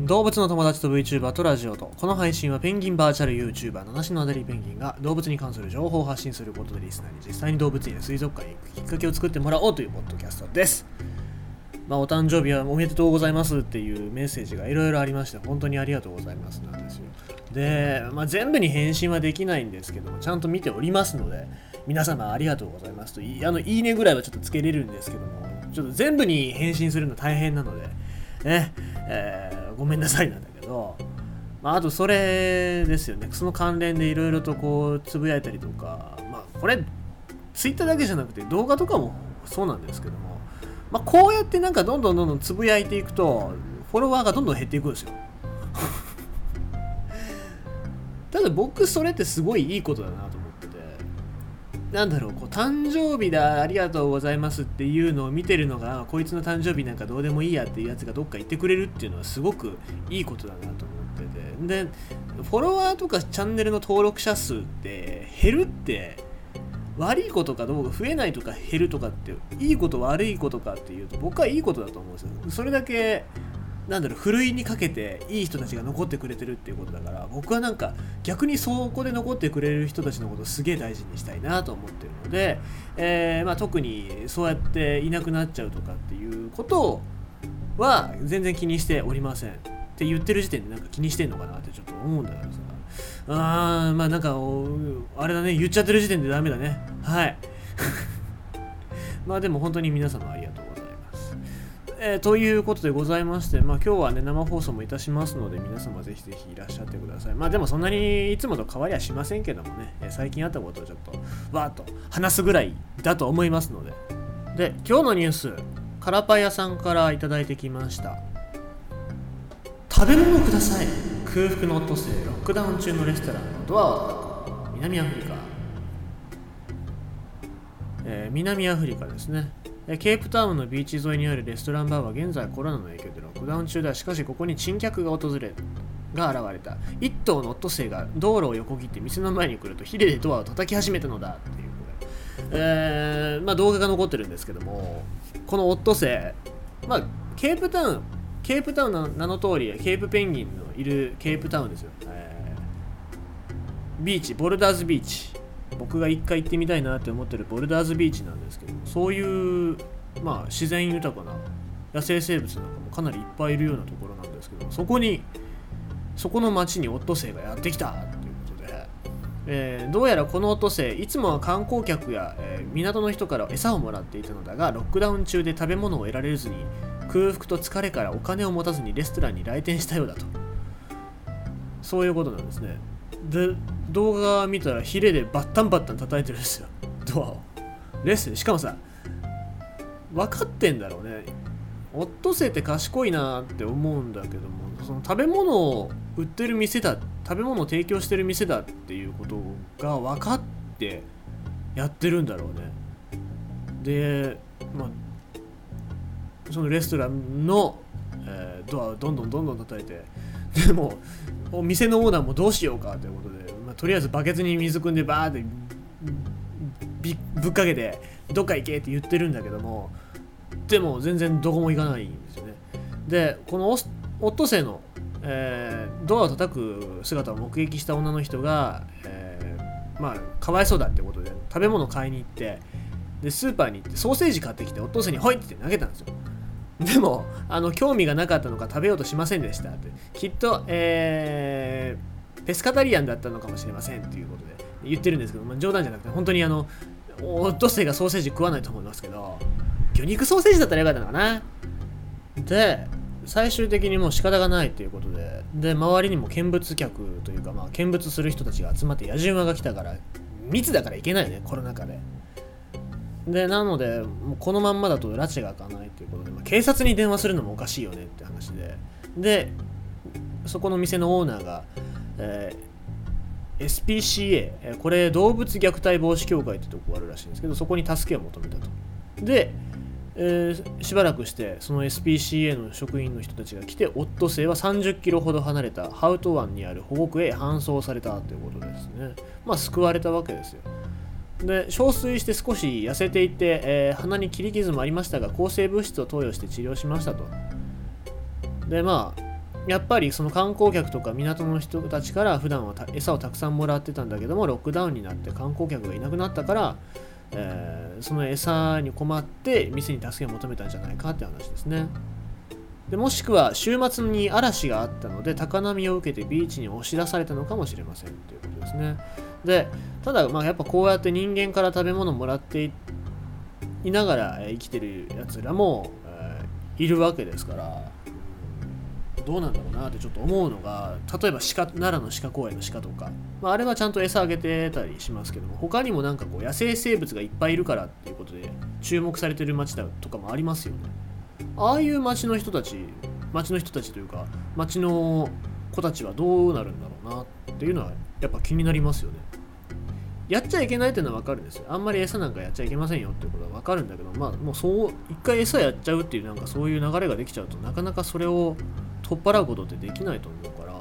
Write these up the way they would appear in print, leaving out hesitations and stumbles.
動物の友達と VTuber とラジオと、この配信はペンギンバーチャル YouTuber 七種のアデリーペンギンが動物に関する情報を発信することでリスナーに実際に動物園や水族館へ行くきっかけを作ってもらおうというポッドキャストです。お誕生日はおめでとうございますっていうメッセージがいろいろありまして、本当にありがとうございますなんですよ。で、全部に返信はできないんですけども、ちゃんと見ておりますので、皆様ありがとうございますと、いいねぐらいはちょっとつけれるんですけども、ちょっと全部に返信するの大変なので、ごめんなさいなんだけど、あとそれですよね。その関連でいろいろとこうつぶやいたりとか、これツイッターだけじゃなくて動画とかもそうなんですけども、こうやってなんかどんどんつぶやいていくとフォロワーがどんどん減っていくんですよ。ただ僕それってすごいいいことだなと思ってて、こう誕生日だありがとうございますっていうのを見てるのが、こいつの誕生日なんかどうでもいいやっていうやつがどっか言ってくれるっていうのはすごくいいことだなと思ってて、でフォロワーとかチャンネルの登録者数って減るって悪いことかどうか、増えないとか減るとかっていいこと悪いことかっていうと、僕はいいことだと思うんですよ。それだけふるいにかけていい人たちが残ってくれてるっていうことだから、僕は逆にそこで残ってくれる人たちのことをすげえ大事にしたいなと思ってるので、特にそうやっていなくなっちゃうとかっていうことは全然気にしておりませんって言ってる時点で気にしてんのかなってちょっと思うんだけどさ、あれだね、言っちゃってる時点でダメだね。はいでも本当に皆様ありがとうございます。ということでございまして、今日はね生放送もいたしますので、皆様ぜひぜひいらっしゃってください。でもそんなにいつもと変わりはしませんけどもね、最近あったことをちょっとわーっと話すぐらいだと思いますので。で、今日のニュース、カラパヤさんからいただいてきました。食べ物ください、空腹のオットセイロックダウン中のレストランのドアを叩く。南アフリカ、南アフリカですね。ケープタウンのビーチ沿いにあるレストランバーは現在コロナの影響でロックダウン中だ。しかしここに珍客が現れた。一頭のオットセイが道路を横切って店の前に来ると、ヒレでドアを叩き始めたのだっていうことで、動画が残ってるんですけども、このオットセイ、ケープタウンの名の通りケープペンギンのいるケープタウンですよ。ビーチ、ボルダーズビーチ、僕が一回行ってみたいなって思ってるボルダーズビーチなんですけど、そういう自然豊かな野生生物なんかもかなりいっぱいいるようなところなんですけど、そこの町にオットセイがやってきたということで、どうやらこのオットセイ、いつもは観光客や、港の人から餌をもらっていたのだが、ロックダウン中で食べ物を得られずに空腹と疲れからお金を持たずにレストランに来店したようだと。そういうことなんですね。で、動画見たらヒレでバッタン叩いてるんですよ、ドアを。しかもさ、分かってんだろうね。オットセイって賢いなって思うんだけども、その食べ物を売ってる店だ、食べ物を提供してる店だっていうことが分かってやってるんだろうね。で、そのレストランの、ドアをどんどん叩いて、でも店のオーナーもどうしようかということで、とりあえずバケツに水汲んでバーってぶっかけてどっか行けって言ってるんだけども、でも全然どこも行かないんですよね。で、このオットセイの、ドアを叩く姿を目撃した女の人が、かわいそうだってことで食べ物買いに行って、でスーパーに行ってソーセージ買ってきてオットセイにホイって投げたんですよ。でも興味がなかったのか食べようとしませんでしたって。きっと、ペスカタリアンだったのかもしれませんっていうことで言ってるんですけど、冗談じゃなくて本当にオットセイがソーセージ食わないと思いますけど、魚肉ソーセージだったらよかったのかな。で、最終的にもう仕方がないということで、周りにも見物客というか、見物する人たちが集まって野じ馬が来たから、密だからいけないね、コロナ禍で。で、なのでもうこのまんまだと拉致が開かないということで、警察に電話するのもおかしいよねって話で、そこの店のオーナーが、SPCA、これ動物虐待防止協会ってとこがあるらしいんですけど、そこに助けを求めたと。で、しばらくしてその SPCA の職員の人たちが来て、オットセイは30キロほど離れたハウト湾にある保護区へ搬送されたということですね。救われたわけですよ。で、憔悴して少し痩せていて、鼻に切り傷もありましたが抗生物質を投与して治療しましたと。で、 やっぱりその観光客とか港の人たちから普段は餌をたくさんもらってたんだけども、ロックダウンになって観光客がいなくなったから、その餌に困って店に助けを求めたんじゃないかって話ですね。でもしくは週末に嵐があったので高波を受けてビーチに押し出されたのかもしれませんということですね。でただやっぱこうやって人間から食べ物をもらっていながら生きてるやつらも、いるわけですから、どうなんだろうなってちょっと思うのが、例えば奈良の鹿公園の鹿とか、あれはちゃんと餌あげてたりしますけども、他にもなんかこう野生生物がいっぱいいるからっていうことで注目されてる町だとかもありますよね。ああいう町の人たちというか町の子たちはどうなるんだろうなっていうのはやっぱ気になりますよね。やっちゃいけないっていうのは分かるんですよ。あんまり餌なんかやっちゃいけませんよっていうことは分かるんだけど、もうそう一回餌やっちゃうっていうなんかそういう流れができちゃうとなかなかそれを取っ払うことってできないと思うから、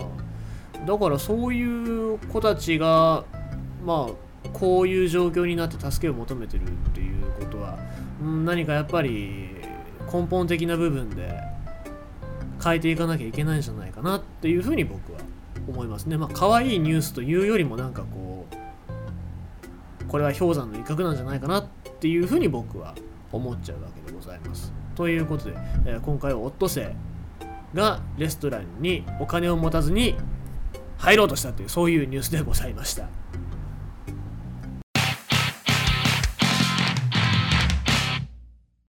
だからそういう子たちがこういう状況になって助けを求めてるっていうことは、何かやっぱり根本的な部分で変えていかなきゃいけないんじゃないかなっていうふうに僕は思いますね。可愛いニュースというよりもなんかこれは氷山の一角なんじゃないかなっていうふうに僕は思っちゃうわけでございます。ということで、今回はオットセイがレストランにお金を持たずに入ろうとしたというそういうニュースでございました。